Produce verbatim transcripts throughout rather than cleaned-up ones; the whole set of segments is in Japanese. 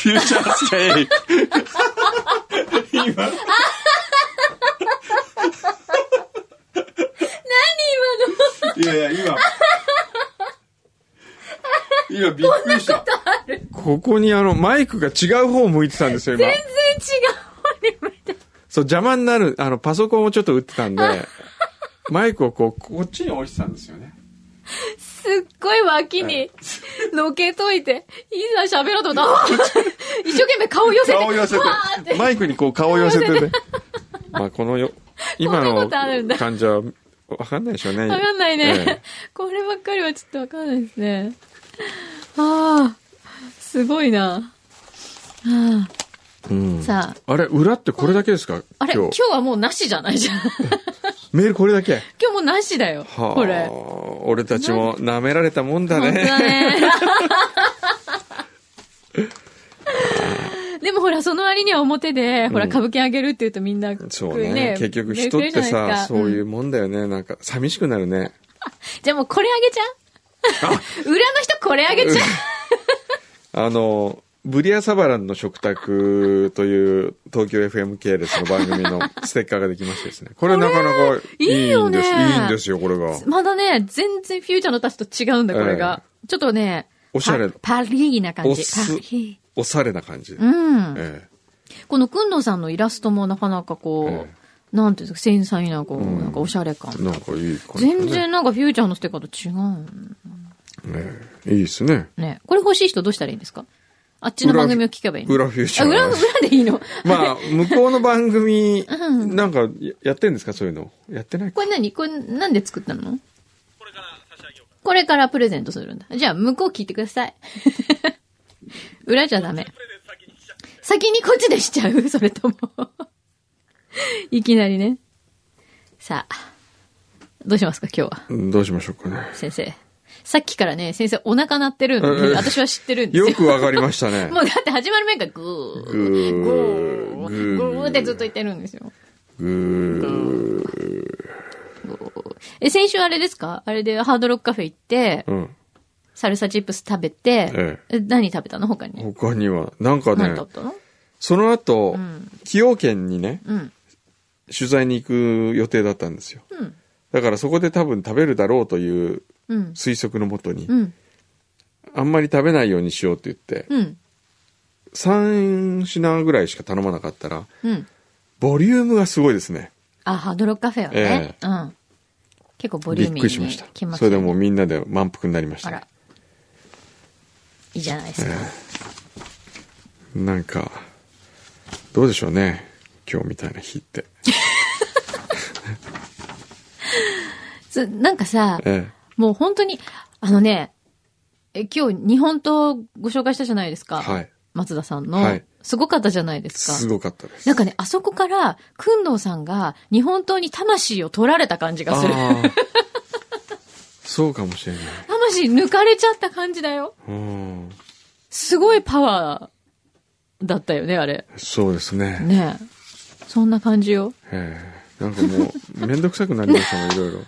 フューチャースケープ。今。何今の。いやいや、今。今びっくりした。ここにあのマイクが違う方向いてたんですよ、今。 全然違う方に向いて。 そう、邪魔になる、あの、パソコンをちょっと打ってたんで、マイクをこう、こっちに置いてたんですよね。 すっごい脇にのけといて、いざ喋ろうと思ったら、一生懸命顔寄せて。 顔寄せて。マイクにこう顔寄せてね。まあこのよ、今の感じはわかんないでしょうね。 わかんないね、ええ。こればっかりはちょっとわかんないですね。ああ、すごいな。あうん、 さあ。あれ、裏ってこれだけですか？ あれ、今日はもうなしじゃないじゃん。 メールこれだけ？ 今日もなしだよ。はあ、これ。 俺たちも舐められたもんだね。 本当だね。でもほら、その割には表で、ほら、歌舞伎あげるって言うとみんな、ね、 そうね。結局人ってさ、そういうもんだよね。なんか、寂しくなるね。 じゃあもうこれあげちゃう？裏の人これあげちゃう？ あの、ブリアサバランの食卓という東京 エフエム 系列の番組のステッカーができましてですね。これなかなかいいんです。いいよね。いいんですよ、これが。 まだね、全然フューチャーのたちと違うんだ、これが。えー、ちょっとね、 おしゃれ。 パリーな感じ。 おしゃれな感じ。 うん。えー、このくんのさんのイラストもなかなかこう、えー、なんていうんですか、繊細な、こう、うん、なんかおしゃれ感。 なんかいい感じ、ね。 全然なんかフューチャーのステッカーと違う。 ねえ、いいですね。 ね、これ欲しい人どうしたらいいんですか？あっちの番組を聞けばいいの？ 裏フューチャー。 裏、裏でいいの？ まあ、向こうの番組、なんか、やってんですかそういうの。やってないか。 これ何？これなんで作ったの？これから差し上げようか。これからプレゼントするんだ。じゃあ、向こう聞いてください。裏じゃダメ。先にこっちでしちゃう？それとも。いきなりね。さあ、どうしますか今日は。 どうしましょうかね。 先生。さっきからね、先生お腹鳴ってるんで、ね、私は知ってるんですよ。 よくわかりましたね。 もうだって始まる前からグー、グー、グー、グーってずっと言ってるんですよ。 グー、グー。え、先週あれですか？あれでハードロックカフェ行って、うん、サルサチップス食べて、ええ、何食べたの他に。 他には、なんかね、 何食べたの？ その後、うん、崎陽軒にね、うん、取材に行く予定だったんですよ。うん、だからそこで多分食べるだろうという、うん、推測のもとに、うん、あんまり食べないようにしようって言って、うん、さん品ぐらいしか頼まなかったら、うん、ボリュームがすごいですね。 あ、ハードロックカフェはね、えーうん、結構ボリューミーに来ます、ね、びっくりしました。 それでもうみんなで満腹になりました、ね。 あら、いいじゃないですか。 えー、なんかどうでしょうね今日みたいな日って。 なんかさ、ええ、もう本当に、あのね、え今日日本刀ご紹介したじゃないですか。はい。松田さんの。はい。すごかったじゃないですか。 すごかったです。 なんかね、あそこから、くんのさんが日本刀に魂を取られた感じがする。 そうかもしれない。 魂抜かれちゃった感じだよ。うん。すごいパワーだったよね、あれ。 そうですね。 ねえ。そんな感じよ。 へえ。なんかもう、めんどくさくなりましたもん、いろいろ。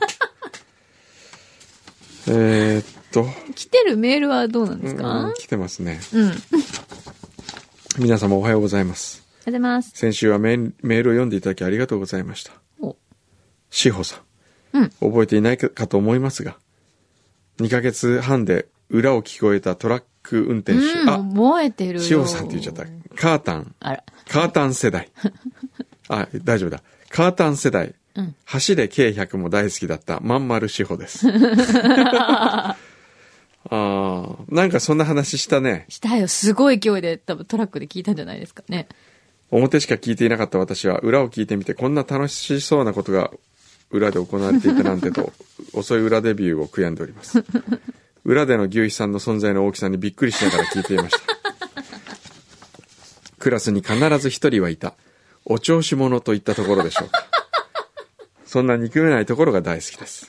えー、っと来てるメールはどうなんですか？ うん、来てますね。うん。皆様おはようございます。 おはようございます。 先週はメールを読んでいただきありがとうございました。お、志保さん、うん、覚えていないかと思いますが、にかげつはんで裏を聞こえたトラック運転手、 うん、あ、覚えてるよ。 志保さんって言っちゃった。カータン、あら、カータン世代。あ、大丈夫だ。カータン世代。うん、走れ ケーひゃく も大好きだったまんまる志保です。ああ、なんかそんな話したね。 したよ。すごい勢いで多分トラックで聞いたんじゃないですかね。 表しか聞いていなかった私は裏を聞いてみてこんな楽しそうなことが裏で行われていたなんてと遅い裏デビューを悔やんでおります。裏での牛肥さんの存在の大きさにびっくりしながら聞いていました。クラスに必ず一人はいた。お調子者といったところでしょうか。そんな憎めないところが大好きです。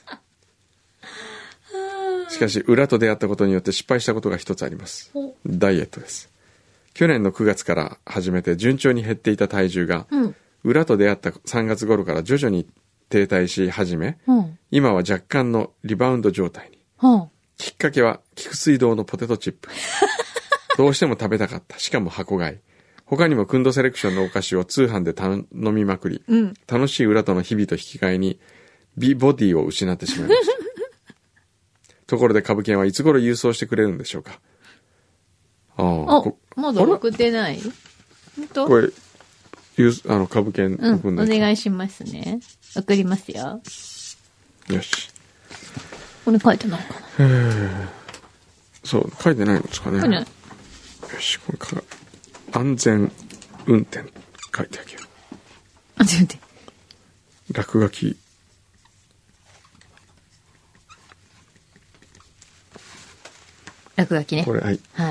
しかし裏と出会ったことによって失敗したことが一つあります。ダイエットです。去年のくがつから始めて順調に減っていた体重が、うん、裏と出会ったさんがつ頃から徐々に停滞し始め、うん、今は若干のリバウンド状態に、うん、きっかけは菊水堂のポテトチップ。 どうしても食べたかった。しかも箱買い。他にもクンドセレクションのお菓子を通販で頼みまくり、うん、楽しい裏との日々と引き換えに美ボディを失ってしまいました。ところで株券はいつ頃郵送してくれるんでしょうか。ああ、 まだ送ってない？ これ、あの株券送んない、うん、お願いしますね。送りますよ。 よし。 これ書いてないかな。へそう、書いてないんですかね。よし、これか。安全運転書いてあげる。 安全運転。 落書き。 落書きね。 これ、はい。 はい。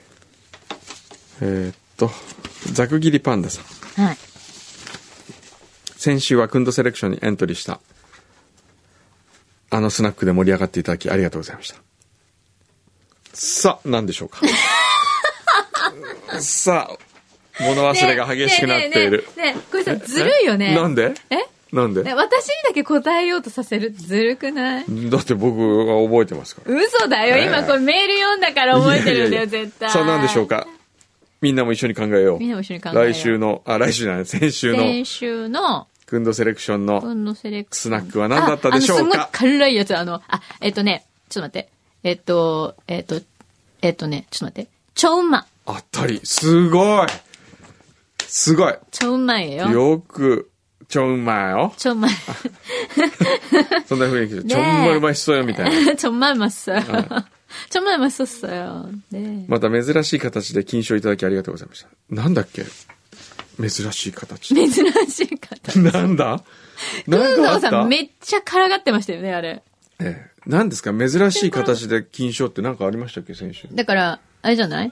えー、っと、ざく切りパンダさん。はい。 先週はクンドセレクションにエントリーした、あのスナックで盛り上がっていただきありがとうございました。さあ、何でしょうか。さあ、物忘れが激しくなっている。 ねえ、ねえ、ねえ、これさ、ずるいよね。 なんで？ えなんで？ 私にだけ答えようとさせる。ずるくない？ だって僕が覚えてますから。 嘘だよ。今これメール読んだから覚えてるんだよ、絶対。 さあ、何でしょうか。みんなも一緒に考えよう。 みんなも一緒に考えよう。 来週の、あ、来週じゃない、先週の。 先週の。 クンドセレクションの。 クンドセレクション。 スナックは何だったでしょうか。あ、あの、すごい辛いやつ。あの、あ、えっとね、ちょっと待って。えっと、えっと、えっとね、ちょっと待って。超うま。 あったり。すごい。すごい。 超うまいよ。 よく、超うまいよ。 超うまい。 そんな雰囲気で、ちょんまうましそうよみたいな。 ちょんまうまそう。ちょんまうまそうっすよ。 また珍しい形で金賞いただきありがとうございました。なんだっけ？珍しい形。 珍しい形。 なんだ？ なんかあった？さんめっちゃ辛がってましたよね、あれ。 ええ。何ですか？珍しい形で金賞って何かありましたっけ、先週。 だから、あれじゃない？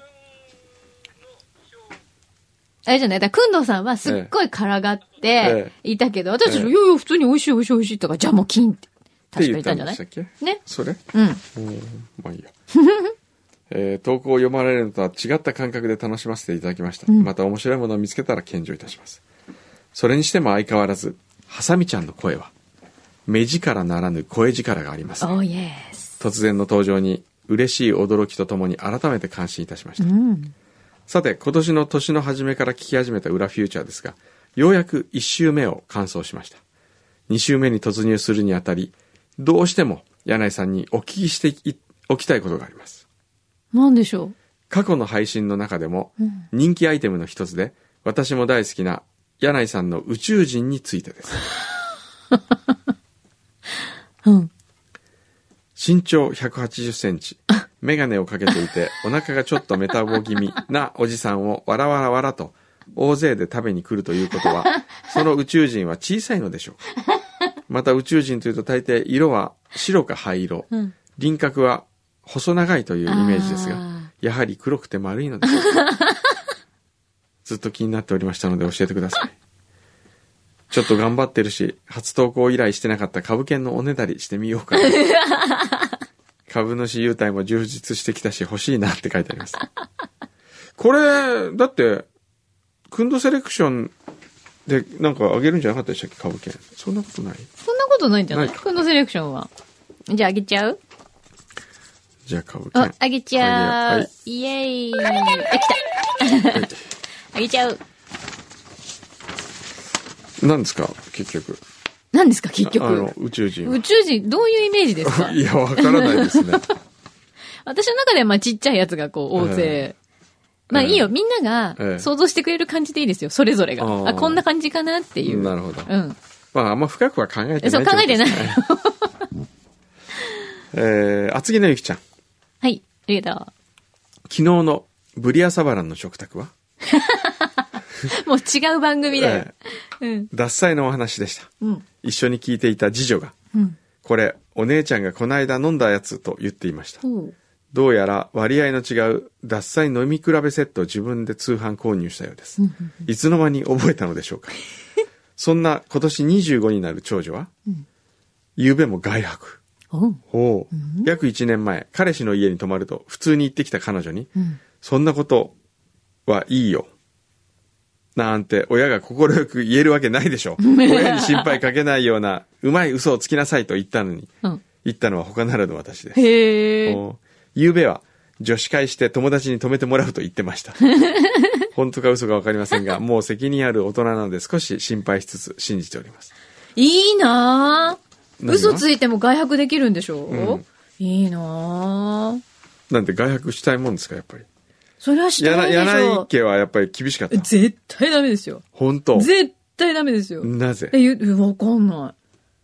あれじゃないだから、くんどうさんはすっごい辛がっていたけど、ええ、私たち、いやいや、普通に美味しい美味しい美味しいとか、じゃあもう金って、確かに言ったんじゃない？ って言ったんでしたっけ？ ね。 それ？ うん。 まあいいや。えー、投稿を読まれるのとは違った感覚で楽しませていただきました。うん、また面白いものを見つけたら献上いたします。それにしても相変わらず、ハサミちゃんの声は、目力ならぬ声力があります、ね。 Oh, yes. 突然の登場に嬉しい驚きとともに改めて感心いたしました。うん、さて、今年の年の初めから聞き始めた裏フューチャーですが、ようやくいち週目を完走しました。に週目に突入するにあたり、どうしても柳井さんにお聞きしておきたいことがあります。 何でしょう？ 過去の配信の中でも人気アイテムの一つで、私も大好きな柳井さんの宇宙人についてです。 うん、 身長ひゃくはちじゅっセンチ、メガネをかけていてお腹がちょっとメタボ気味なおじさんをわらわらわらと大勢で食べに来るということは、その宇宙人は小さいのでしょうか。また宇宙人というと大抵色は白か灰色、うん、輪郭は細長いというイメージですが、やはり黒くて丸いのでしょうか。ずっと気になっておりましたので教えてください。ちょっと頑張ってるし、初投稿依頼してなかった株券のおねだりしてみようかな。株主優待も充実してきたし欲しいなって書いてあります。これ、だって、クンドセレクションでなんかあげるんじゃなかったでしたっけ、株券。そんなことない？ そんなことないんじゃない？クンドセレクションは。じゃああげちゃう？ じゃあ株券。 あ、あげちゃう。はい、イエーイ。あ、来た。あげちゃう。 何ですか結局。 何ですか結局。 あの宇宙人。 宇宙人どういうイメージですか？ いやわからないですね。 私の中ではまあちっちゃいやつがこう大勢。えー、まあいいよ、みんなが想像してくれる感じでいいですよ。それぞれが。えー、あ, あこんな感じかなっていう。 なるほど。 うん。 まああんま深くは考えてない。 そう考えてない。 えー、厚木のゆきちゃん。 はい、ありがとう。 昨日のブリアサバランの食卓はもう違う番組だよ。 えーうん、獺祭のお話でした、うん。一緒に聞いていた次女が、うん、これお姉ちゃんがこの間飲んだやつと言っていました。どうやら割合の違う獺祭飲み比べセットを自分で通販購入したようです。いつの間に覚えたのでしょうか。そんな今年にじゅうごになる長女は、うん、夕べも外泊。ほう、うん、約いちねんまえ彼氏の家に泊まると普通に行ってきた彼女に、うん、そんなことはいいよなんて親が快く言えるわけないでしょ。親に心配かけないようなうまい嘘をつきなさいと言ったのに、うん、言ったのは他ならぬ私です。 へー。 夕べは女子会して友達に泊めてもらうと言ってました。本当か嘘か分かりませんが、もう責任ある大人なので少し心配しつつ信じております。 いいなぁ。嘘ついても外泊できるんでしょ、うん、いいなぁ。 なんで外泊したいもんですか、やっぱり。 それはしたいでしょ。 柳井家はやっぱり厳しかった。 絶対ダメですよ。 本当？ 絶対ダメですよ。 なぜ？ え、わかんない。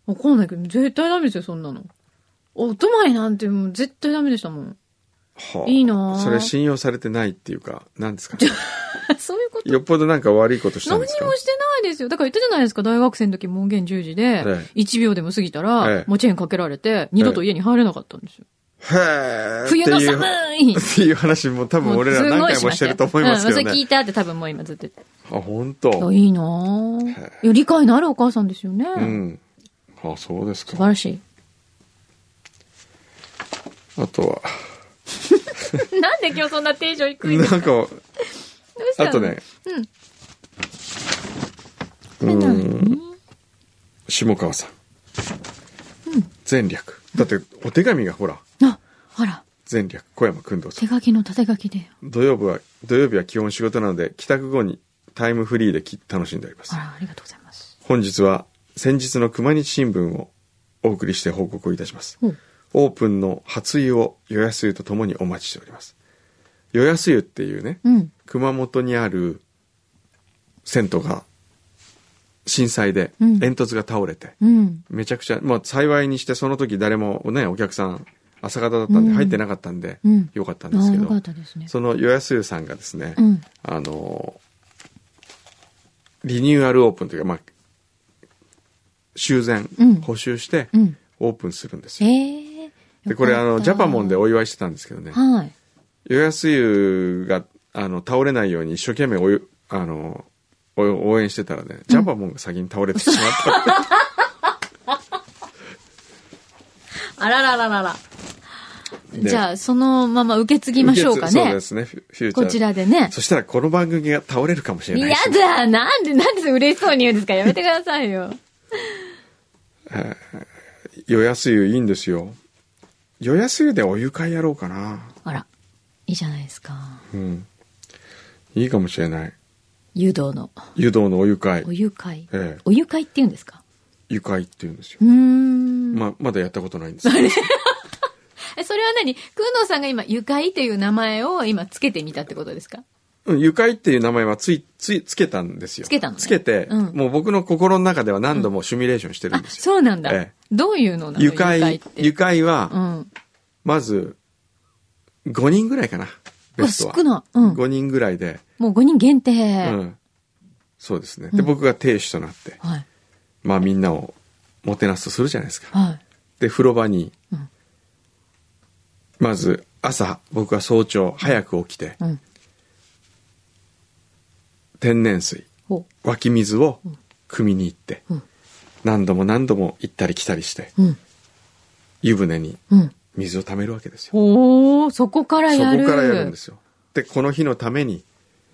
わかんないけど、絶対ダメですよ、そんなの。お泊まりなんてもう絶対ダメでしたもん。はあ、いいなぁ。 それ信用されてないっていうか、何ですかね。 そういうこと？ よっぽどなんか悪いことしたんですか？ 何もしてないですよ。だから言ったじゃないですか、大学生の時門限じゅうじで、ええ、いちびょうでも過ぎたら、ええ、もうチェーンかけられて、二度と家に入れなかったんですよ。 へー。 冬の寒いっていう話も多分俺ら何回もしてると思いますけどね。 うん、それ聞いたって多分もう今ずっと言って。 あ、本当。 いいなぁ。いや、理解のあるお母さんですよね。 うん。あ、そうですか。 素晴らしい。 あとは。 なんで今日そんなテンション低いんですか？ なんか、あとね。うん。うん。下川さん。うん。前略。だってお手紙がほら。 あ、あら。 前略小山君堂さん。 手書きの縦書きで。 土曜日は土曜日は基本仕事なので帰宅後にタイムフリーでき楽しんでおります。 あら、ありがとうございます。 本日は先日の熊日新聞をお送りして報告をいたします。うん、オープンの初湯をよやす湯とともにお待ちしております。よやす湯っていうね、うん、熊本にある銭湯が震災で煙突が倒れて、うん、めちゃくちゃ、まあ幸いにしてその時誰もね、お客さん朝方だったんで入ってなかったんで、うん、よかったんですけど、ね、そのよやす湯さんがですね、うん、あのリニューアルオープンというか、まあ修繕、うん、補修してオープンするんですよ。うんえー、でこれあのジャパモンでお祝いしてたんですけどね、はい、よやす湯があの倒れないように一生懸命おゆあの応援してたらね、ジャパモンが先に倒れてしまったって、 あららららら。じゃあそのまま受け継ぎましょうかね。 そうですね。フューチャーこちらでね。 そしたらこの番組が倒れるかもしれないし、ね。やだ、なんでなんで嬉しそうに言うんですか。やめてくださいよ。 よやす湯いいんですよ。よやす湯でお湯会やろうかな。 あら、いいじゃないですか。 うん。いいかもしれない。 湯道の。 湯道のお湯会。 お湯会。 ええ、 お湯会って言うんですか。 湯会って言うんですよ。 うーん。 ままだやったことないんですけど。 それは何？工藤さんが今湯会っていう名前を今つけてみたってことですか？ うん、湯会っていう名前はついついつけたんですよ。 つけたの、ね、 つけて、うん、もう僕の心の中では何度もシミュレーションしてるんですよ。うん、 そうなんだ。ええ、どういうのなの？湯会って。 湯会は、うん、まずごにんぐらいかな。ベストは。 少な、うん、 ごにんぐらいで。 もうごにん限定。 うん。そうですね。で、うん、僕が亭主となって、はい、まあみんなをもてなすとするじゃないですか。はい、で、風呂場に、うん、まず朝僕は早朝早く起きて、うん、天然水湧き水を汲みに行って、うん、何度も何度も行ったり来たりして、うん、湯船に水をためるわけですよ。 おー、そこからやる。 そこからやるんですよ。でこの日のために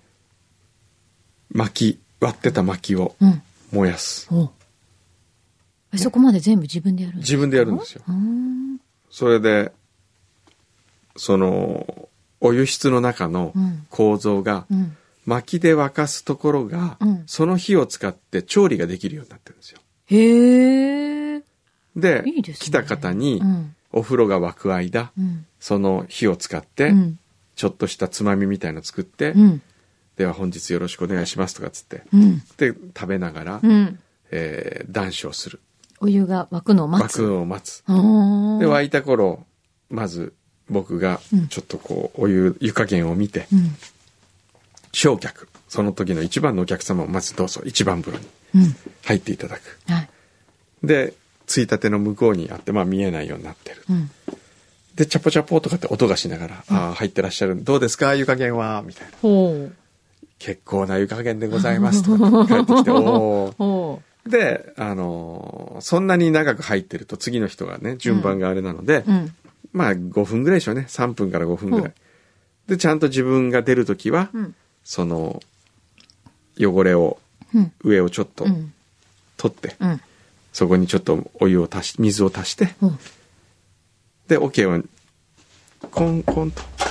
薪割ってた薪を燃やす、うん、 えそこまで全部自分でやるんですか？ 自分でやるんですよ。それでそのお湯室の中の構造が、うん、薪で沸かすところが、うん、その火を使って調理ができるようになってるんですよ。 へー。 で、 いいですね、 来た方に、うん、お風呂が沸く間、うん、その火を使って、うん、ちょっとしたつまみみたいの作って、うん、では本日よろしくお願いしますとかっつって、うん、で食べながら、うんえー、談笑する。 お湯が沸くのを待つ。 沸くのを待つ。で沸いた頃まず僕がちょっとこうお湯湯加減を見て、うん、正客その時の一番のお客様をまずどうぞ一番風呂に入っていただく、うんはい、でついたての向こうにあって、まあ、見えないようになってる、うん、でチャポチャポとかって音がしながら、うん、ああ入ってらっしゃるどうですか湯加減はみたいな結構な湯加減でございますとかって帰ってきておおで、あのー、そんなに長く入ってると次の人がね順番があれなので、うんうんまあごふんぐらいでしょうね。さんぷんからごふんぐらい、うん、でちゃんと自分が出るときは、うん、その汚れを、うん、上をちょっと取って、うん、そこにちょっとお湯を足し水を足して、うん、で桶をコンコンと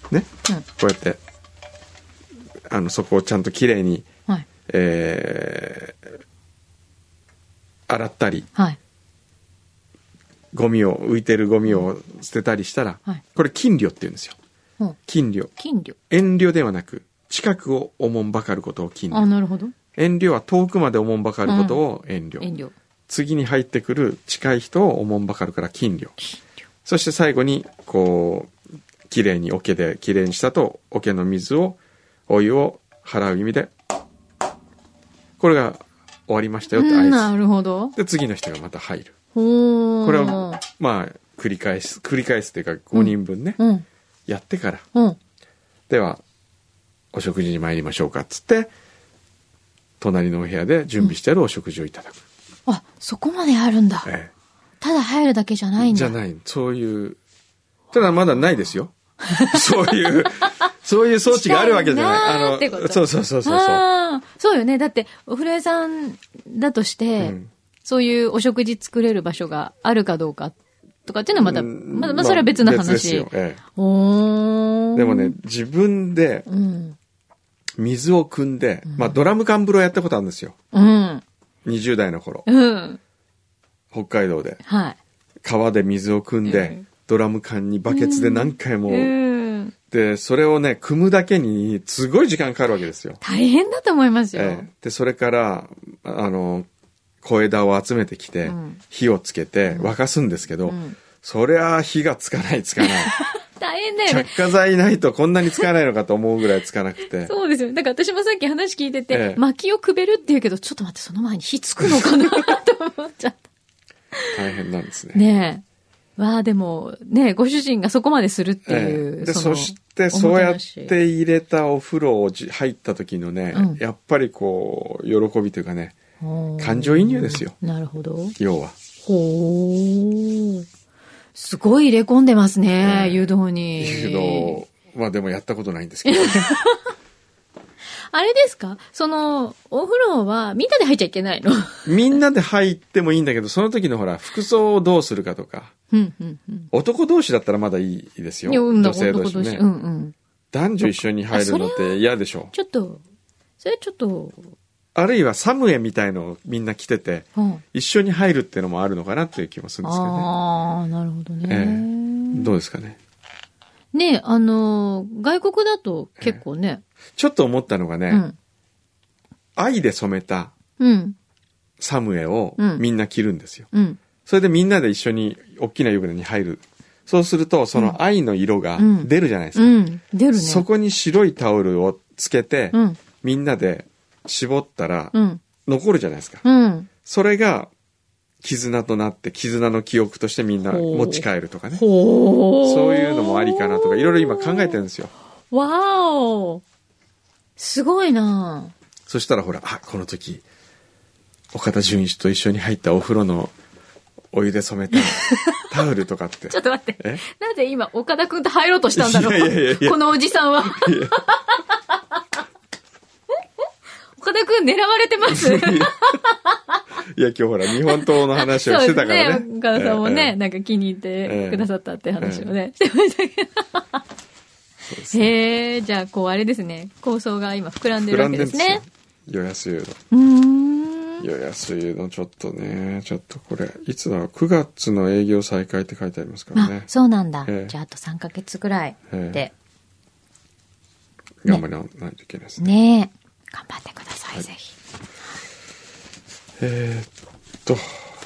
ね、うん、こうやってあのそこをちゃんときれいに、はい、えー、洗ったり、はい、ゴミを浮いてるゴミを捨てたりしたら、はい、これ禁慮って言うんですよ、うん、禁慮。 禁慮。 遠慮ではなく近くをおもんばかることを禁慮。 あ、なるほど。 遠慮は遠くまでおもんばかることを遠慮、うん、遠慮。次に入ってくる近い人をおもんばかるから禁慮。禁慮。そして最後にこうきれいに桶できれいにしたと桶の水をお湯を払う意味でこれが終わりましたよって合図。 なるほど。 で次の人がまた入る。これをまあ繰り返す繰り返すっていうかごにんぶんね、うん、やってから、うん、ではお食事に参りましょうかっつって隣のお部屋で準備してあるお食事をいただく、 うん、あ、そこまであるんだ、ええ、ただ入るだけじゃないんだ。 じゃない、そういうただまだないですよそういうそういう装置があるわけじゃない。あのそうそうそうそうそう。 あ、そうよね。だってお風呂屋さんだとして、うん、そういうお食事作れる場所があるかどうかとかっていうのはまた、うん、まだまあそれは別の話。別ですよ、ええ、おでもね、自分で水を汲んで、うん、まあドラム缶風呂やったことあるんですよ。うん、にじゅう代の頃、うん、北海道で、はい、川で水を汲んで、うん、ドラム缶にバケツで何回も、うん、でそれをね汲むだけにすごい時間かかるわけですよ。 大変だと思いますよ、 ええ、でそれからあの小枝を集めてきて、うん、火をつけて沸かすんですけど、うん、そりゃ火がつかないつかない大変だよね。 着火剤ないとこんなにつかないのかと思うぐらいつかなくてそうですよ。だから私もさっき話聞いてて、ええ、薪をくべるって言うけどちょっと待って、その前に火つくのかなと思っちゃった大変なんですね。 ねえ、わあ、でもね、ご主人がそこまでするっていう、 ええ、で そ, そしてそうやって入れたお風呂を入った時のね、うん、やっぱりこう喜びというかね、感情移入ですよ。 なるほど。 要は。 ほー。すごい入れ込んでますね、えー、湯道に。 湯道、まあでもやったことないんですけど、ね、 あれですか、そのお風呂はみんなで入っちゃいけないの？ みんなで入ってもいいんだけど、その時のほら服装をどうするかとか、うんうんうん、男同士だったらまだいいですよ。女性同士ね、うんうん、男女一緒に入るのって嫌でしょ。 ちょっとそれちょっと。 あるいはサムエみたいのをみんな着てて、うん、一緒に入るっていうのもあるのかなっていう気もするんですけどね。 ああ、なるほどね、えー、どうですかね。 ねえ、あのー、外国だと結構ね、 えー、ちょっと思ったのがね、うん、藍で染めたサムエをみんな着るんですよ、うん、それでみんなで一緒に大きな湯船に入る。そうするとその藍の色が出るじゃないですか、うんうん、出るね。そこに白いタオルをつけて、うん、みんなで絞ったら残るじゃないですか、うん、それが絆となって絆の記憶としてみんな持ち帰るとかね、そういうのもありかなとかいろいろ今考えてるんですよ。 わーお、すごいな。 そしたらほら、あ、この時岡田准一と一緒に入ったお風呂のお湯で染めたタオルとかってちょっと待って、なぜ今岡田くんと入ろうとしたんだろう。いやいやいやいや、このおじさんは岡田くん狙われてますいや今日ほら日本刀の話をしてたからね。 そうですね、岡田さんもね、えー、なんか気に入ってくださったって話をね、えー、してましたけどそうですね、へえ、じゃあこうあれですね、構想が今膨らんでるわけですね。 よやす湯の、うーん、よやす湯のちょっとね、ちょっとこれいつだ、くがつの営業再開って書いてありますからね。 あ、そうなんだ、えー、じゃああとさんかげつぐらいで、えー、頑張らないといけないですね。ねえ、頑張ってください、はい、ぜひ。 えー、っと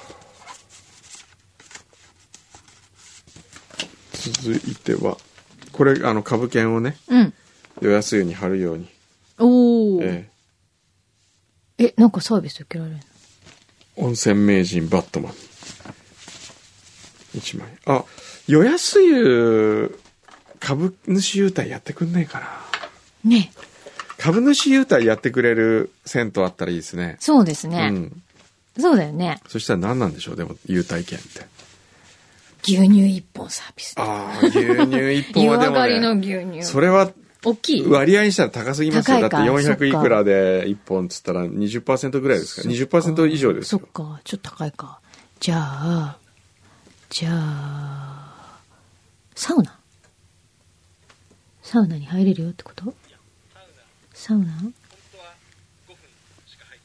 続いてはこれあの株券をね、うん、よやす湯に貼るように。 おお、えー、え、なんかサービス受けられるの？ 温泉名人バットマンいちまい。あ、よやす湯株主優待やってくんないかなね。株主優待やってくれる銭湯あったらいいですね。 そうですね、うん、そうだよね。 そしたら何なんでしょう、でも優待券って牛乳一本サービス。 ああ、牛乳一本はでも、ね、湯上がりの牛乳、それは大きい割合にしたら高すぎますよ。だってよんひゃくいくらで一本っつったら にじゅっパーセント ぐらいですから にじゅっパーセント 以上ですよ。 そっか、ちょっと高いか。じゃあじゃあサウナサウナに入れるよってこと？サウナ？本当はごふんしか入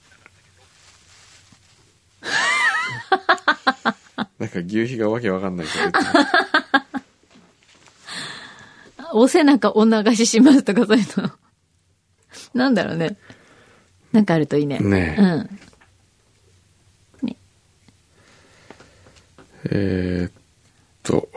ってなかったけど。 なんか牛皮がわけわかんないけど。 お背中お流ししますとかそういうの。なんだろうね。なんかあるといいね。 ねえ。 うん。ねえー、っと。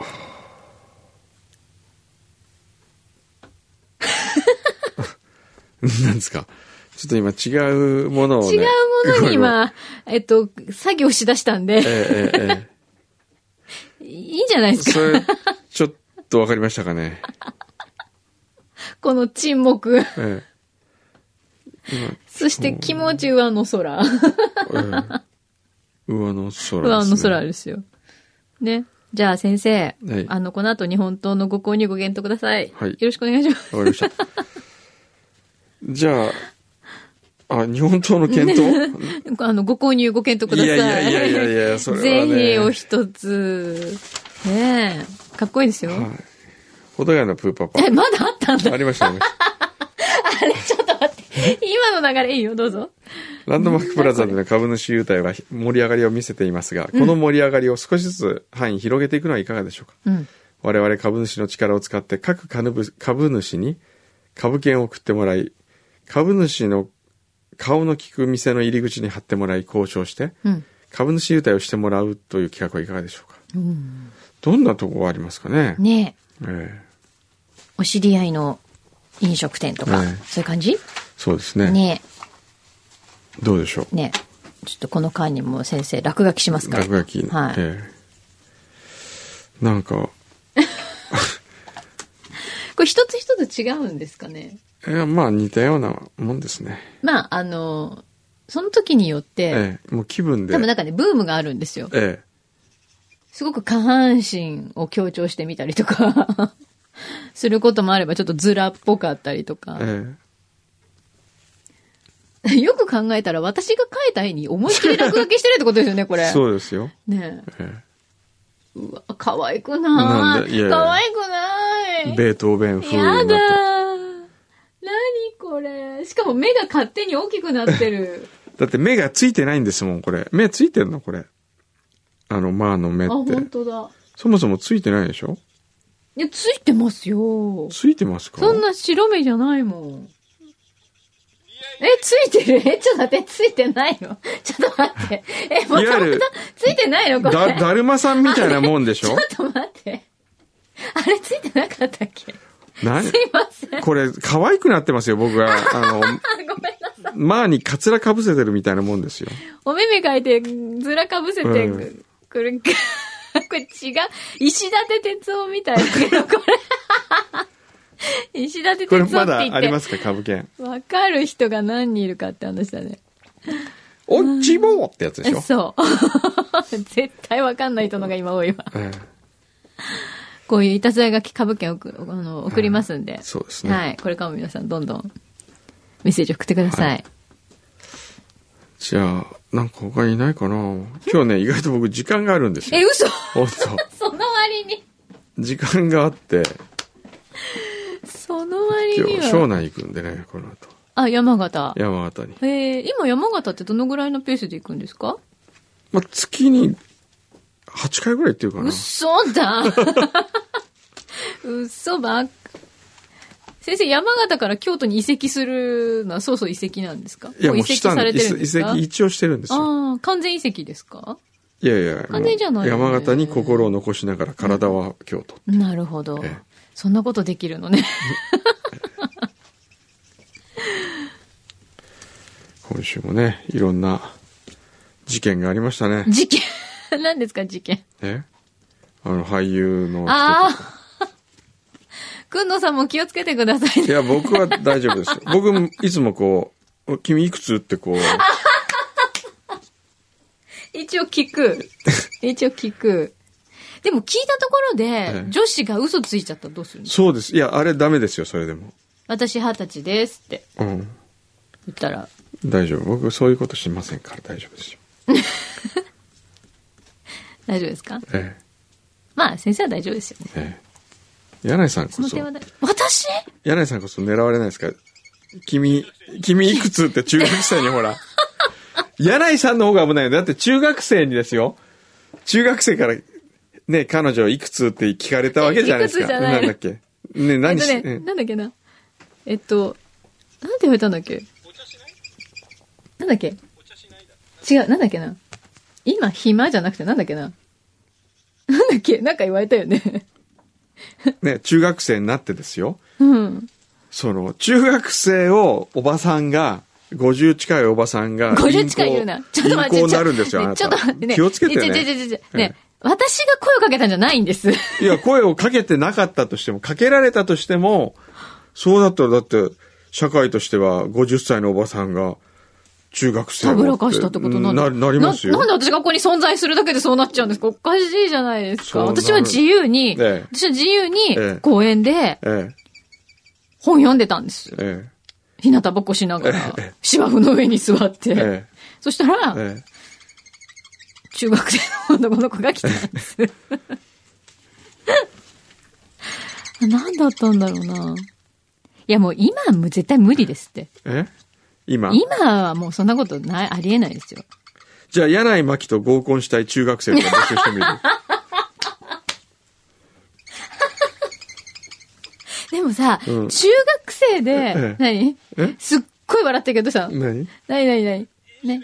なんですか。ちょっと今違うものを、ね、 違うものに今、えっと、作業しだしたんで。えー、えー、えー、いいんじゃないですか。 それ、ちょっとわかりましたかね。 この沈黙。えー、そして気持ち上の空。えー、上の空ですね。 上の空ですよ。ね。じゃあ先生、はい、あの、この後日本刀のご購入ご検討ください。はい。よろしくお願いします。 わかりました。じゃあ、あ、日本刀の検討あの、ご購入ご検討ください。 いやいやいやいやいや、それはね。 ぜひお一つ。ねえ。かっこいいですよ。はい。 保土ヶ谷のプーパパ。 え、まだあったんだ。 ありましたね。 あれ、ちょっと待って。今の流れいいよ、どうぞ。 ランドマークプラザでの株主優待は盛り上がりを見せていますが、うん、この盛り上がりを少しずつ範囲広げていくのはいかがでしょうか。うん、我々株主の力を使って各株主に株券を送ってもらい、株主の顔の利く店の入り口に貼ってもらい交渉して、うん、株主優待をしてもらうという企画はいかがでしょうか。うん、どんなとこがありますかね。 ねえ。えー、お知り合いの飲食店とか、ね、そういう感じ？ そうですね。 ねえ。 どうでしょう。 ねえ。ちょっとこの間にも先生落書きしますから。 落書き。はい。えー、なんか。 これ一つ一つ違うんですかね。 いや、まあ似たようなもんですね。 まあ、あの、その時によって、 ええ、もう気分で。 多分なんかね、ブームがあるんですよ。ええ。すごく下半身を強調してみたりとか、することもあれば、ちょっとズラっぽかったりとか。ええ。よく考えたら、私が描いた絵に思いっきり落書きしてるってことですよね、これ。 そうですよ。 ねえ。ええ、うわ、可愛くない。いやいや可愛くない。 ベートーベン風になって。 やだ。何これ。しかも目が勝手に大きくなってる。 だって目がついてないんですもん、これ。目ついてんのこれ。あの、マーの目って。あ、 本当だ。 そもそもついてないでしょ？ いや、ついてますよ。 ついてますか？ そんな白目じゃないもん。え、ついてる？え、ちょっと待って、ついてないの？ちょっと待って。え、もともとついてないのこれ。 だ、だるまさんみたいなもんでしょ？ ちょっと待って。あれついてなかったっけ？ 何？ すいません。 これ、可愛くなってますよ、僕が。あの、ごめんなさい。 マーにカツラかぶせてるみたいなもんですよ。 お目目描いて、ずらかぶせてくる。うん、これ違う。石立哲夫みたいだけど、これ。石立哲夫って言って。 これまだありますか、株券。 わかる人が何人いるかって話だね。 おっちぼーってやつでしょ？ そう。絶対わかんない人のが今多いわ。ええ、こういういたずら書き株券を送、あの送りますんで、 そうですね。 はい。これからも皆さんどんどんメッセージ送ってください。はい、 じゃあ、なんか他にいないかな。今日ね、意外と僕時間があるんですよ。 え、嘘？ 本当。 その割に。 時間があって。 その割には。 今日、庄内行くんでね、この後。 あ、山形。 山形に。 えー、今山形ってどのぐらいのペースで行くんですか？ まあ、月にはちかいぐらい行ってるかな。 嘘だ嘘ばっか。先生、山形から京都に移籍するのはそうそう移籍なんですか？ いや、もう移籍されてるんですか？ 移籍一応してるんですよ。 ああ、完全移籍ですか？ いやいや、 完全じゃない、ね。 山形に心を残しながら体は京都。 うん、なるほど、ええ。そんなことできるのね。 今週もね、いろんな事件がありましたね。 事件何ですか、事件。 えあの、俳優の人とか。 ああくんのさんも気をつけてくださいね。 いや、僕は大丈夫ですよ。僕もいつもこう、君いくつってこう。 一応聞く。一応聞く。でも聞いたところで、ええ、女子が嘘ついちゃったらどうするんですか？ そうです。いや、あれダメですよ、それでも。 私二十歳ですって。うん。言ったら。 大丈夫。僕そういうことしませんから大丈夫ですよ。 大丈夫ですか？ ええ。 まあ先生は大丈夫ですよね。ええ。 柳井さんこそ。 その点は私柳井さんこそ狙われないですか？君、君いくつって中学生にほら。柳井さんの方が危ないよ。だって中学生にですよ。中学生からね、彼女いくつって聞かれたわけじゃないですか。いくつじゃない。なんだっけ。ね、何し、 えっとね、なんだっけな。えっと、なんて言われたんだっけ。なんだっけ。違う、なんだっけな。今暇じゃなくてなんだっけな。なんだっけ、なんか言われたよね。 ね、中学生になってですよ。 うん。 その、中学生をおばさんが、ごじゅう近いおばさんが、 ごじゅう近い言うな。ちょっと待って。 銀行になるんですよ、ね、 ちょっと待ってね。 気をつけてね。 ちょちょちょちょちょ。ね、私が声をかけたんじゃないんです。 いや、声をかけてなかったとしても、かけられたとしても、そうだったら、だって、社会としてはごじゅっさいのおばさんが、中学生たぶらかしたってことなんだ。 な、なりますよ。 な。なんで私がここに存在するだけでそうなっちゃうんですか？おかしいじゃないですか。私は自由に、ええ、私は自由に公園で本読んでたんです。ええ、日向ぼっこしながら、ええ、芝生の上に座って。ええ、そしたら、ええ、中学生の男の子が来たんです。何だったんだろうな。いやもう今はもう絶対無理ですって。 え今今はもうそんなことない、ありえないですよ。 じゃあ、柳井真紀と合コンしたい中学生と募集してみる。 でもさ、うん、中学生で、ええ、何えすっごい笑ってるけどさ。 何何何何ね。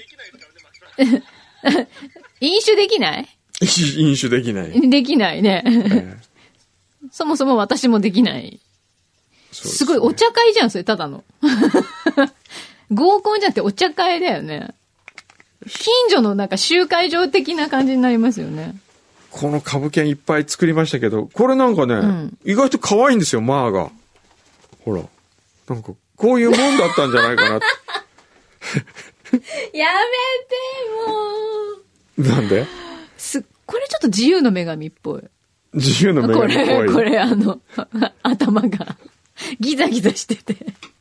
飲酒できない飲酒できない。 できないね。ええ、そもそも私もできない。す, すごいお茶会じゃん、それ、ただの。合コンじゃなくてお茶会だよね。近所のなんか集会場的な感じになりますよね。 この株券いっぱい作りましたけど、これなんかね、うん、意外と可愛いんですよ、マーが。ほら。なんか、こういうもんだったんじゃないかなって。 やめて、もう。なんですこれちょっと自由の女神っぽい。 自由の女神っぽい。 これ、これあの、頭がギザギザしてて。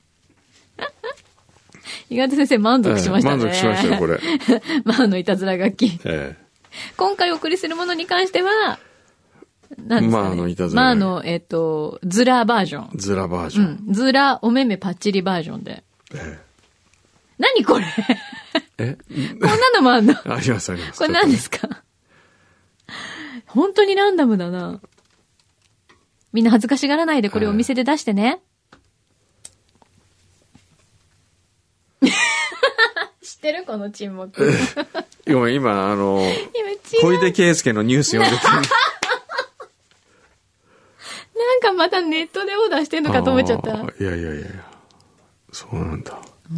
意外と先生満足しましたね。 ええ、満足しましたよ、これ。 マーのいたずら書き。 ええ、 今回お送りするものに関しては、何ですかね。 マーのいたずら。 マーの、えっと、ズラバージョン。 ズラバージョン。 うん。ズラお目目パッチリバージョンで。 ええ、 何これえこんなのもあんの？ ありますあります。 これ何ですか？本当にランダムだな。みんな恥ずかしがらないでこれお店で出してね。知ってるこの沈黙。 今、今、あの、小出圭介のニュース読んでた。なんかまたネットでオーダーしてんのかと思っちゃった。いやいやいやいや。そうなんだ。 うん、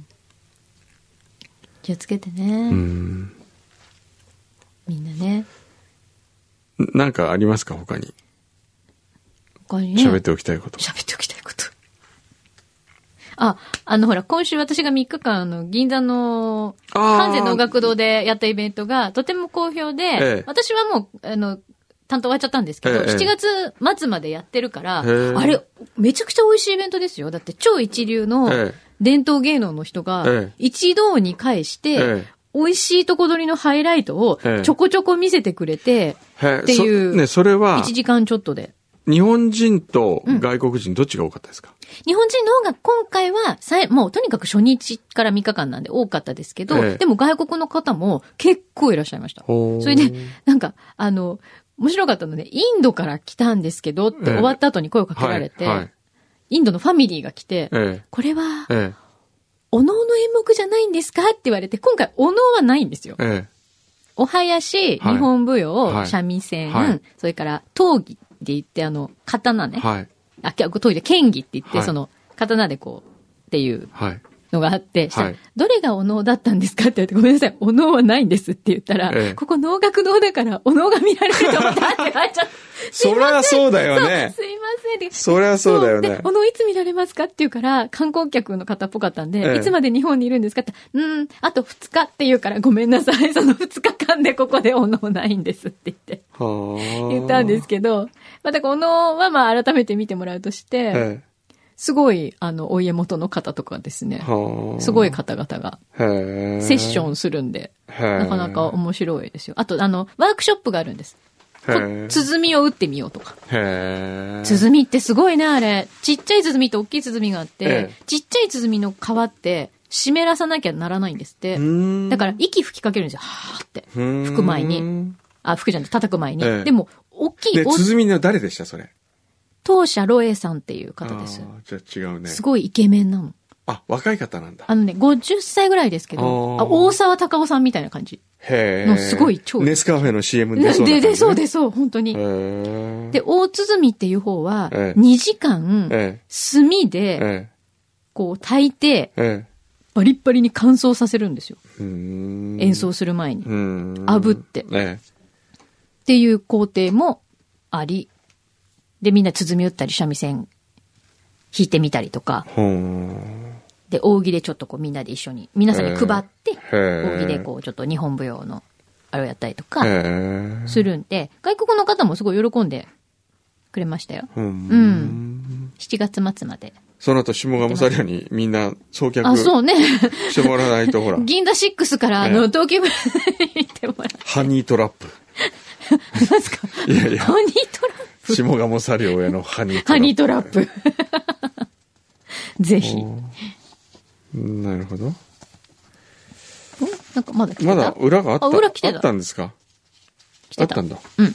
気をつけてね。うん、みんなね。 なんかありますか他に。 他にね。 喋っておきたいこと。 喋っておきたいこと。あ、あのほら、今週私がみっかかん、あの、銀座の、関西能楽堂でやったイベントが、とても好評で、ええ、私はもう、あの、担当終わっちゃったんですけど、ええ、しちがつ末までやってるから、あれ、めちゃくちゃ美味しいイベントですよ。だって超一流の伝統芸能の人が、一堂に会して、ええ、美味しいとこ取りのハイライトをちょこちょこ見せてくれて、っていう、 ね、それは、 いちじかんちょっとで。 日本人と外国人どっちが多かったですか？ うん、日本人の方が今回はさえ、もうとにかく初日からみっかかんなんで多かったですけど、ええ、でも外国の方も結構いらっしゃいました。それで、なんか、あの、面白かったので、インドから来たんですけどって終わった後に声をかけられて、えはいはい、インドのファミリーが来て、え、これは、お能の演目じゃないんですかって言われて、今回お能はないんですよ。お囃子、日本舞踊、はい、三味線、はい、それから闘技で言って、あの、刀ね。はい。あ、闘技で剣技って言って、はい、その、刀でこう、っていうのがあって、はい、どれがお能だったんですかって言われて、ごめんなさい、お能はないんですって言ったら、ええ、ここ能楽堂だからお能が見られると思ったって言われちゃった。 そりゃそうだよね。 すいません。 そりゃそうだよね。 お能いつ見られますかって言うから、観光客の方っぽかったんで、ええ、いつまで日本にいるんですかって、うん、あとふつかって言うから、ごめんなさい、そのふつかかんでここでお能ないんですって言って、言ったんですけど、またお能はまあ改めて見てもらうとして、ええ、すごい、あの、お家元の方とかですね。すごい方々が。セッションするんで。なかなか面白いですよ。あと、あの、ワークショップがあるんです。 鼓を打ってみようとか。 へー。 鼓ってすごいね、あれ。ちっちゃい鼓と大きい鼓があって、 ええ、 ちっちゃい鼓の皮って湿らさなきゃならないんですって。だから息吹きかけるんですよ。はーって。吹く前に。あ、吹くじゃなくて叩く前に。ええ、でも、大きい。 で、鼓の誰でしたそれ？ 当社ロエさんっていう方です。 じゃあ違うね。 すごいイケメンなの。 あ、若い方なんだ。 あのね、ごじゅっさいぐらいですけど、あ、大沢たかおさんみたいな感じ。 へのすごい超。 ネスカフェの シーエム でそうな感じ、ね。 で、で、そうで、そう、本当に。で、大鼓っていう方は、にじかん、炭で、こう、炊いて、バリッバリに乾燥させるんですよ。演奏する前に。炙って。っていう工程もあり、で、みんな鼓打ったり、三味線弾いてみたりとか。で、扇でちょっとこうみんなで一緒に、皆さんに配って、扇でこうちょっと日本舞踊のあれをやったりとか、するんで、外国の方もすごい喜んでくれましたよ。うん。しちがつ末まで。 その後、下鴨サリオにみんな送客あ、そうね。 してもらわないと、ほら。 銀座シックスから、あの、東京村に行ってもらう。 ハニートラップ。 何すか？いやいや。ハニートラップ下鴨サリオへのハニートラップ。 ハニートラップ。ぜひ。 なるほど。 なんかまだ来てた？ まだ裏があった。 あ、裏来てた。 あったんですか？来てた。あったんだ。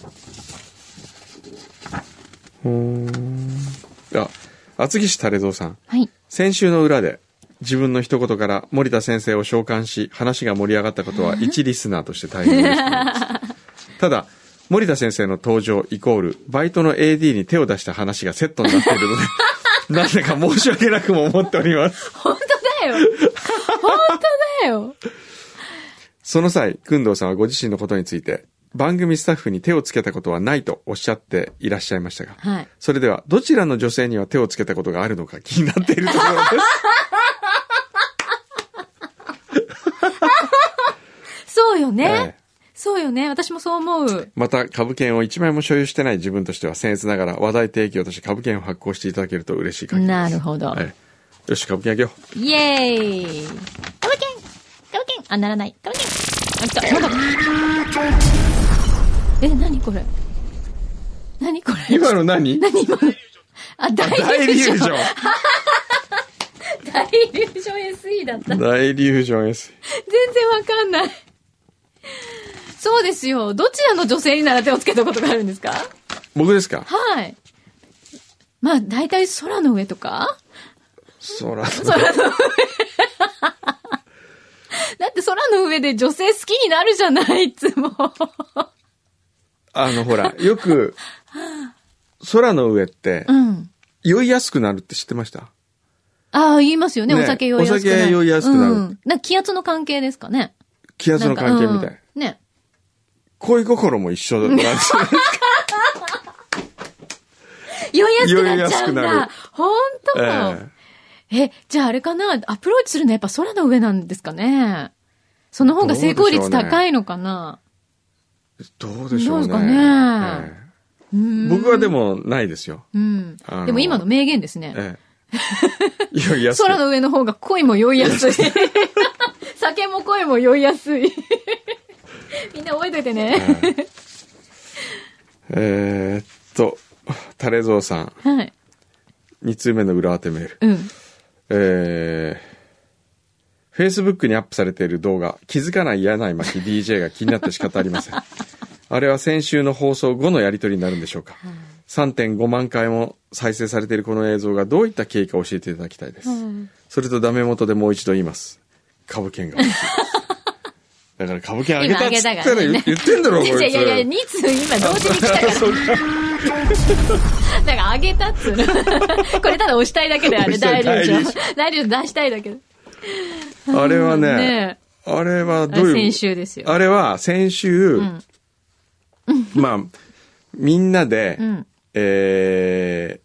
うん。 うーん。いや、厚木市垂蔵さん。 はい。 先週の裏で自分の一言から森田先生を召喚し、話が盛り上がったことは一リスナーとして大変嬉しく思います。ただ、森田先生の登場イコール、バイトの エーディー に手を出した話がセットになっているので、なぜか申し訳なくも思っております。 本当だよ。本当だよ。 その際、工藤さんはご自身のことについて、番組スタッフに手をつけたことはないとおっしゃっていらっしゃいましたが、 はい、 それではどちらの女性には手をつけたことがあるのか気になっているところです。 そうよね。 ええそうよね。私もそう思う。 また株券をいちまいも所有してない自分としては僭越ながら話題提供として株券を発行していただけると嬉しい限りです。 なるほど。 はい、よし、株券あげよう。イエーイ。株券株券あ、ならない。株券あ、来た。まだ。え、何これ何これ今の何何今のあ、大リュージョン。大リュージョン エスイー だった。 大リュージョン エスイー。 全然わかんない。そうですよ。どちらの女性になら手をつけたことがあるんですか？ 僕ですか？ はい。まあ、大体空の上とか空の上。 空の上。だって空の上で女性好きになるじゃない、いつも。 あの、ほら、よく、空の上って、うん、酔いやすくなるって知ってました？ ああ、言いますよね。ね、お酒酔いやすくなる。 お酒酔いやすくなる。うん、 なんか気圧の関係ですかね。 気圧の関係みたい。 うん、ね。 恋心も一緒なんですか？ 酔いやすくなっちゃうんだ。ほんと、えー、え、じゃああれかな、アプローチするのはやっぱ空の上なんですかね。その方が成功率高いのかな。 どうでしょうね。どうですかね。 えー、僕はでもないですよ。 うん。でも今の名言ですね。 ええ、酔いやすい。 空の上の方が恋も酔いやすい。酒も恋も酔いやすい。みんな覚えといてね。 えーっと、タレゾウさん。 はい。 に通目の裏当てメール。 うん。 えー、Facebook にアップされている動画、気づかない柳井巻 ディージェー が気になって仕方ありません。あれは先週の放送後のやり取りになるんでしょうか。うん、さんてんごまんかいも再生されているこの映像がどういった経緯か教えていただきたいです。うん、それとダメ元でもう一度言います。株券が欲しいです。だから株券あげたっつったら言ってんだろ、こいつ。 いやいやいや、に通今同時に来たから。だからあげたっつうの。これただ押したいだけであれ、大流暢。大流暢出したいだけで。 あれはね、ねあれはどういう。 先週ですよ。 あれは先週、うん、まあ、みんなで、うん、え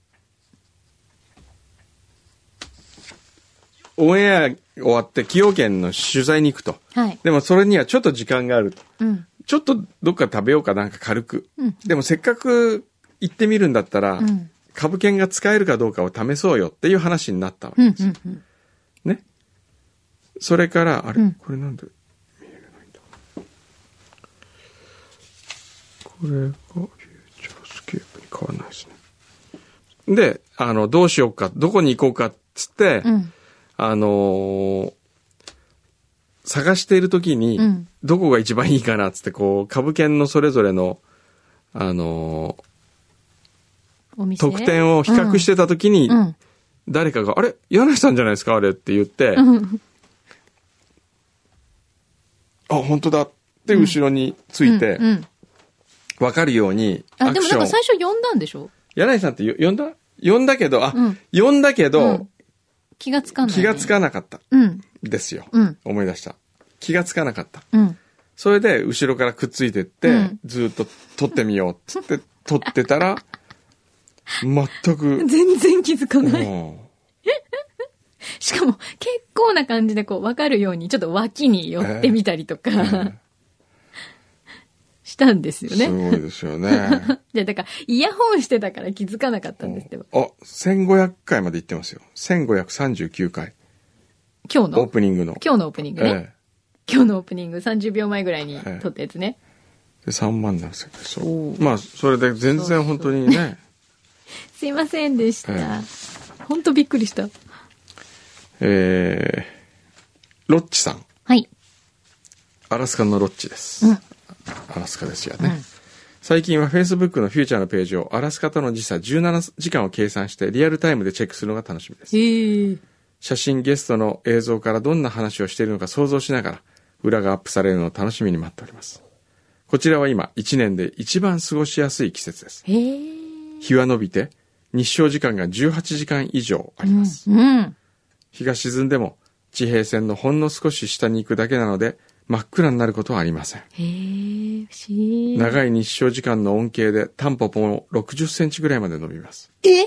ー、オンエア終わって崎陽軒の取材に行くと、 はい、 でもそれにはちょっと時間があると、 うん、 ちょっとどっか食べようかなんか軽く、うん、でもせっかく行ってみるんだったら、うん、株券が使えるかどうかを試そうよっていう話になったわけですよ、うんうんうん、ね。それからあれ、うん、これなんで見えないんだ、これがフューチャースケープに変わらないですね。で、あの、どうしようか、どこに行こうかっつって、うん、あのー、探しているときに、うん、どこが一番いいかなっつって、こう、株券のそれぞれの、あのー、得点を比較してたときに、うんうん、誰かが、あれ柳さんじゃないですかあれって言って、うん、あ、本当だって後ろについて、うんうんうん、分かるようにアクション。あ、でもなんか最初呼んだんでしょ？ 柳井さんって呼んだ呼んだけど、あ、うん、呼んだけど、うん、 気がつかない、ね。 気がつかなかった。うん。ですよ。うん。思い出した。気がつかなかった。うん。それで、後ろからくっついてって、うん、ずっと撮ってみようっつって、撮ってたら、全く。 全然気づかない。しかも、結構な感じでこう、わかるように、ちょっと脇に寄ってみたりとか。えーえーしたんですよね。 すごいですよね。 じゃあだからイヤホンしてたから気づかなかったんですけど。 あ、せんごひゃっかいまで行ってますよ。せんごひゃくさんじゅうきゅうかい。 今日のオープニングの。 今日のオープニングね。ええ、今日のオープニングさんじゅうびょうまえぐらいに撮ったやつね。ええ、でさんまんななせんそう。まあそれで全然本当にね。そうそうすいませんでした。ええ、本当びっくりした。 えー、ロッチさん。 はい。 アラスカのロッチです。うん。アラスカですよね、うん、最近は Facebook のフューチャーのページをアラスカとの時差じゅうななじかんを計算してリアルタイムでチェックするのが楽しみです。へー。写真ゲストの映像からどんな話をしているのか想像しながら裏がアップされるのを楽しみに待っております。こちらは今いちねんで一番過ごしやすい季節です。へー。日は伸びて日照時間がじゅうはちじかん以上あります、うんうん、日が沈んでも地平線のほんの少し下に行くだけなので真っ暗になることはありません。へー、不思議。 長い日照時間の恩恵でタンポポもろくじゅっセンチぐらいまで伸びます。 え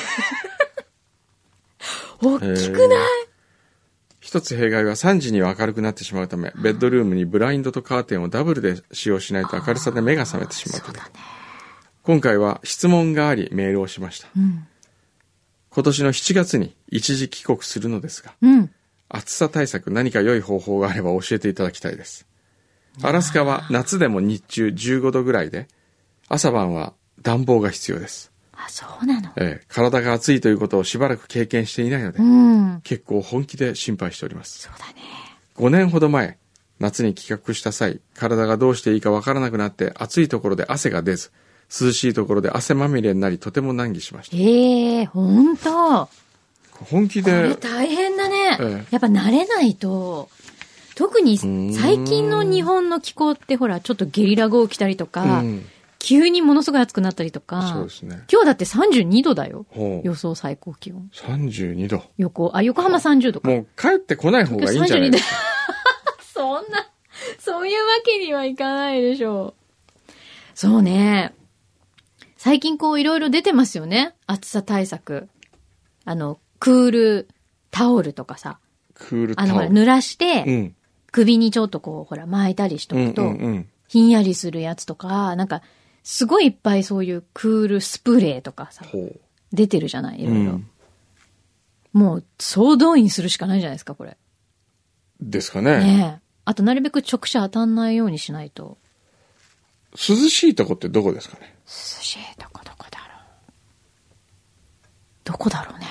大きくない？ 一つ弊害はさんじには明るくなってしまうため、ベッドルームにブラインドとカーテンをダブルで使用しないと明るさで目が覚めてしまうため、ね、今回は質問がありメールをしました、うん、今年のしちがつに一時帰国するのですが、うん、暑さ対策何か良い方法があれば教えていただきたいです。アラスカは夏でも日中じゅうごどぐらいで朝晩は暖房が必要です。 あ、そうなの、 ええ、体が暑いということをしばらく経験していないので、うん、結構本気で心配しております。 そうだね。 ごねんほど前夏に帰国した際、体がどうしていいかわからなくなって暑いところで汗が出ず涼しいところで汗まみれになりとても難儀しました。 ええ、ほんと本気で。これ大変だね、ええ、やっぱ慣れないと。特に最近の日本の気候ってほらちょっとゲリラ豪雨来たりとか、うん、急にものすごい暑くなったりとか。 そうですね。 今日だってさんじゅうにどだよ。予想最高気温。 さんじゅうにど。 横、あ、横浜さんじゅうどか。 もう帰ってこない方がいいんじゃないですか。 そんな、そういうわけにはいかないでしょう。そうね。最近こういろいろ出てますよね。暑さ対策。あの、クールタオルとかさ。 クールタオル。 あの、ほら、濡らして、うん、首にちょっとこう、ほら、巻いたりしとくと、うんうんうん、ひんやりするやつとか、なんか、すごいいっぱいそういうクールスプレーとかさ、出てるじゃない、いろいろ。うん、もう、総動員するしかないじゃないですか、これ。 ですかね。 ねえ。あと、なるべく直射当たんないようにしないと。 涼しいとこってどこですかね？ 涼しいとこどこだろう。どこだろうね。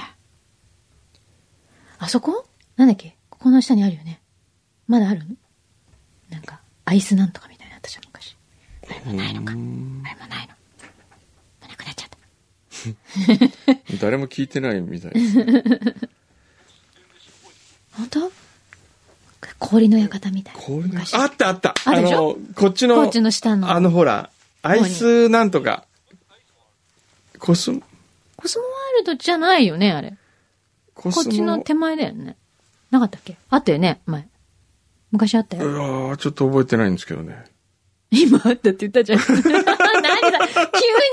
あそこ？なんだっけ？ここの下にあるよね。まだあるの？なんか、アイスなんとかみたいなのあったじゃん、昔。あれもないのか。あれもないの。なくなっちゃった。 誰も聞いてないみたいです、ね。 本当？氷の館みたいな。 氷のあったあった。 あ, あの、こっちの、 こっちの下の。 あのほら、アイスなんとか。コスモ、 コスモワールドじゃないよね、あれ。こっちの手前だよね。なかったっけ？あったよね、前。昔あったよ。 うわー、ちょっと覚えてないんですけどね。 今あったって言ったじゃん。何だ、急に、急になんかさ、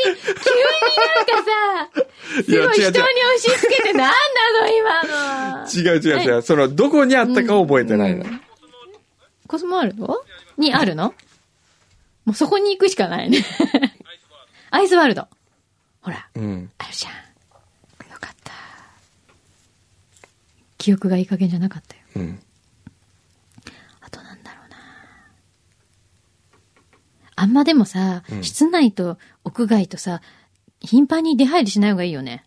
すごい人に押し付けて何なの今の。 違う違う違う。その、どこにあったか覚えてないの。うんうん、 コスモワールドにあるの？もうそこに行くしかないね。アイスワールド。ほら、うん、あるじゃん。よかった。記憶がいい加減じゃなかったよ。うん。あとなんだろうな。 あんまでもさ、 うん、 室内と屋外とさ、頻繁に出入りしない方がいいよね。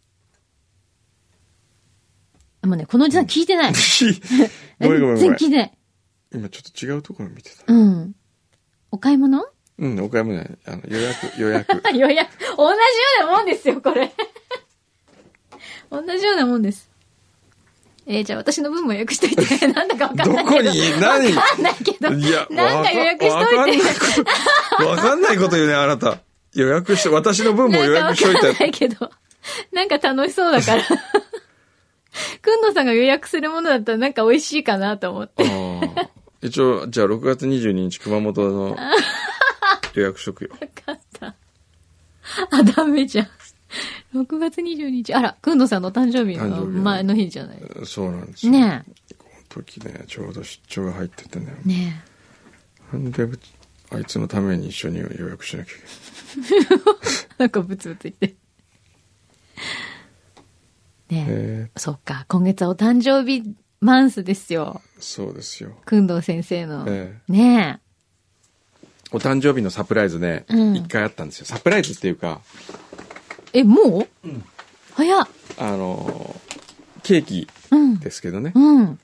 もうね、このおじさん聞いてない。 ごめんごめんごめん。 全然聞いてない。 今ちょっと違うところ見てた。 うん。お買い物？ うん、お買い物ね。あの、予約、予約。 予約。同じようなもんですよ、これ。同じようなもんです。えー、じゃあ私の分も予約しといて。なんだかわかんないけど。 どこに何わかんないけど。 いや、 なんか予約しといて。 わかんないこと言うね、あなた。予約して、私の分も予約しといて。 わかんないけど。なんか楽しそうだから。くんのさんが予約するものだったらなんか美味しいかなと思って。 あ一応、じゃあろくがつにじゅうににち熊本の予約しとくよ。 わかった。あ、ダメじゃん。ろくがつにじゅうににち。あら、くんのさんの誕生日の前の日じゃない。 そうなんですよ。 ねえ。 この時ね、ちょうど出張が入っててね。 ねえ。なんで、あいつのために一緒に予約しなきゃいけない。 なんかブツブツ言って。ねえ。そっか、今月はお誕生日マンスですよ。 そうですよ。 くんどう先生の。 ええ、 ねえ。お誕生日のサプライズね、一、うん、回あったんですよ。サプライズっていうか。 え、もう、うん、早っ。 あの、ケーキですけどね。 うんうん、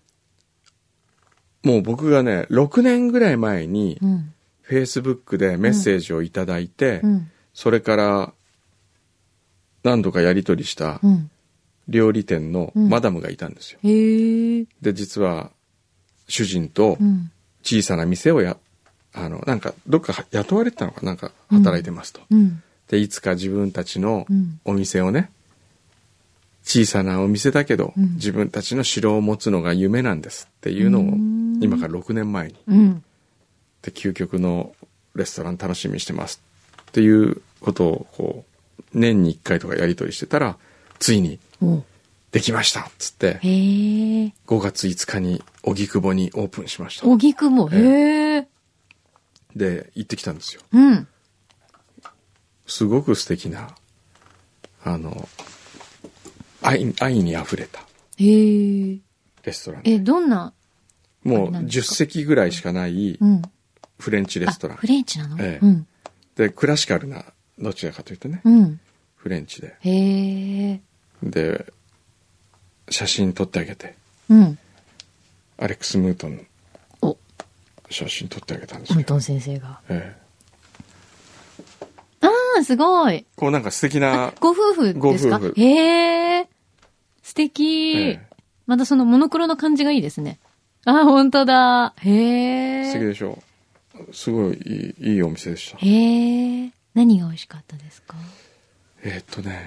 もう僕がね、ろくねんぐらい前に、うん、Facebook でメッセージをいただいて、うん、それから何度かやり取りした料理店のマダムがいたんですよ。 うん、へー。 で、実は主人と小さな店をや、あの、なんかどっか雇われてたのかなんか働いてますと。 うんうん、 で、いつか自分たちのお店をね、小さなお店だけど、うん、自分たちの城を持つのが夢なんですっていうのを今からろくねんまえに、うん、で究極のレストラン楽しみにしてますっていうことをこう年にいっかいとかやり取りしてたらついにできましたっつってごがついつかに荻窪にオープンしました。 荻窪、へえ。 で行ってきたんですよ。 うん、 すごく素敵なあの愛, 愛にあふれたレストラン。 え、どんなもうじゅっせきぐらいしかないフレンチレストラン。 フレンチなの、 ええ、うん、でクラシカルなどちらかというとね、うん、フレンチでへで写真撮ってあげて、 うん、 アレックス・ムートンの写真撮ってあげたんですよ。 ムートン先生が、 ええ、 ああすごい。 こうなんか素敵なご夫婦ですか。 ご夫婦。 へえ。素敵、ええ。またそのモノクロの感じがいいですね。あ、本当だ。へえ。 素敵でしょう。すごいいい、いいお店でした。 へえ。何が美味しかったですか。 えー、っとね、 うん、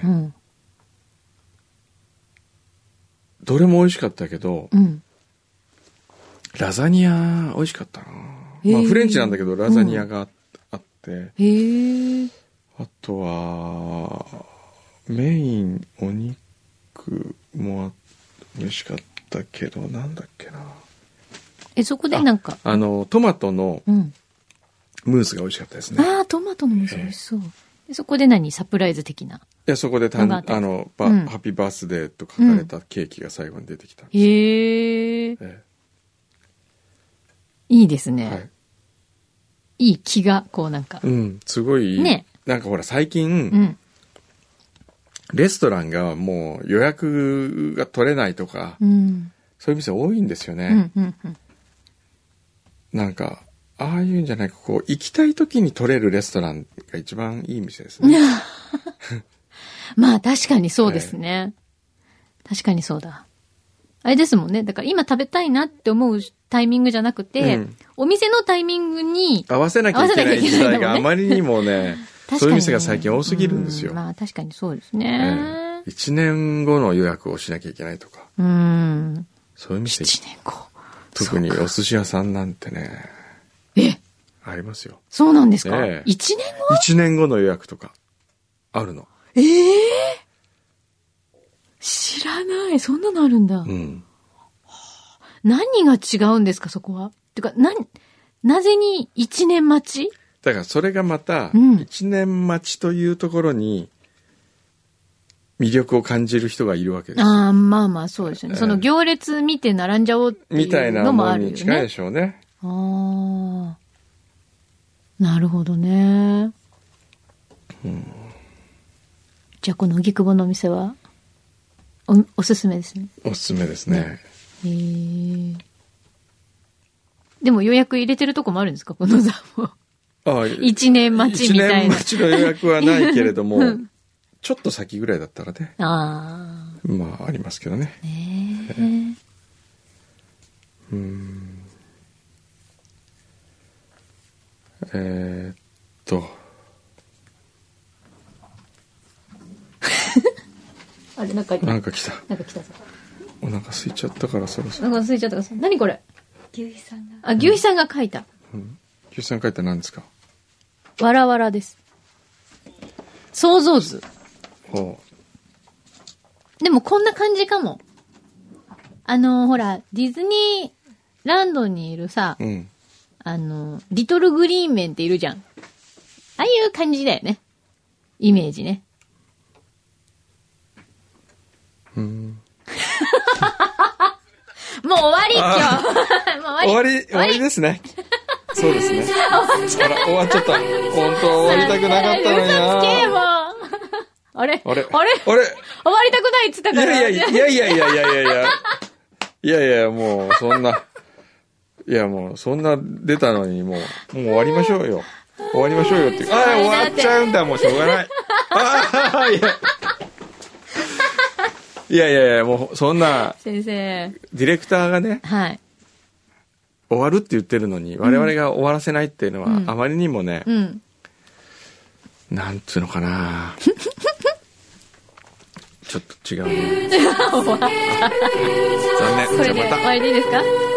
どれも美味しかったけど、 うん、 ラザニア美味しかったな。まあフレンチなんだけどラザニアがあって、うん、 へえ。 あとはメインお肉も美味しかったけどなんだっけな。 え、そこでなんかあ, あのトマトのムースが美味しかったですね。 ああ、トマトのムース美味しそう。でそこで何サプライズ的な。いや、そこでたんあの、うん、ハッピーバースデーと書かれたケーキが最後に出てきたんです、 うん、へえ、えいいですね、はい、いい気がこうなんか、 うん、すごいね。なんかほら最近、うん、レストランがもう予約が取れないとか、うん、そういう店多いんですよね、うんうんうん、なんかああいうんじゃないか、こう行きたい時に取れるレストランが一番いい店ですねまあ確かにそうですね、えー、確かにそうだ。あれですもんね。だから今食べたいなって思うタイミングじゃなくて、うん、お店のタイミングに合わせなきゃいけない時代があまりにもねそういう店が最近多すぎるんですよ。 まあ確かにそうですね、 えー、いちねんごの予約をしなきゃいけないとか、 うん、 そういう店いちねんご特にお寿司屋さんなんてねえありますよ。 そうなんですか、えー、いちねんご ? いち 年後の予約とかあるの。 ええー、知らない。そんなのあるんだ、 うん、 何が違うんですかそこは。てかななぜにいちねん待ち。 だからそれがまたいちねん待ちというところに魅力を感じる人がいるわけです。 ああ、まあまあそうですよね、えー、その行列見て並んじゃおうっていうのもあるよね。 みたいなものに近いでしょうね。 ああ。 なるほどね。うん、じゃあこの荻窪のお店はお、おすすめですね。 おすすめですね。 へー。でも予約入れてるとこもあるんですか、この座も。ああ、一年待ちみたいな。 一年待ちの予約はないけれども、うん、ちょっと先ぐらいだったらね。ああ。まあ、ありますけどね。ねえー。うん。えー、っと。 あれ、なんかなんか来た。 なんか来たぞ。 お腹空いちゃったからそろそろ。 お腹空いちゃったから。何これ？牛肥さんが。あ、牛肥さんが書いた。 うん。牛肥さんが書いた何ですか？ わらわらです。想像図。ほう。でもこんな感じかも。あの、ほら、ディズニーランドにいるさ、うん、あの、リトルグリーンメンっているじゃん。ああいう感じだよね。イメージね。うん。もう終わり今日。もう終わり、終わりですね。そうですね。終わっちゃった。終わっちゃった。本当終わりたくなかったのにな。 嘘つけもう。あれあれあれあれ終わりたくないっつったから。 いやいやいやいやいやいやいやいや。いやいや、もうそんな。いやもうそんな出たのにもう、もう終わりましょうよ。終わりましょうよって。ああ、終わっちゃうんだ、もうしょうがない。ああ、いや。いやいやいや、もうそんな。先生。ディレクターがね。はい。終わるって言ってるのに、我々が終わらせないっていうのは、あまりにもね、うん、なんつうのかなちょっと違うね。残念。 これで終わりでいいですか？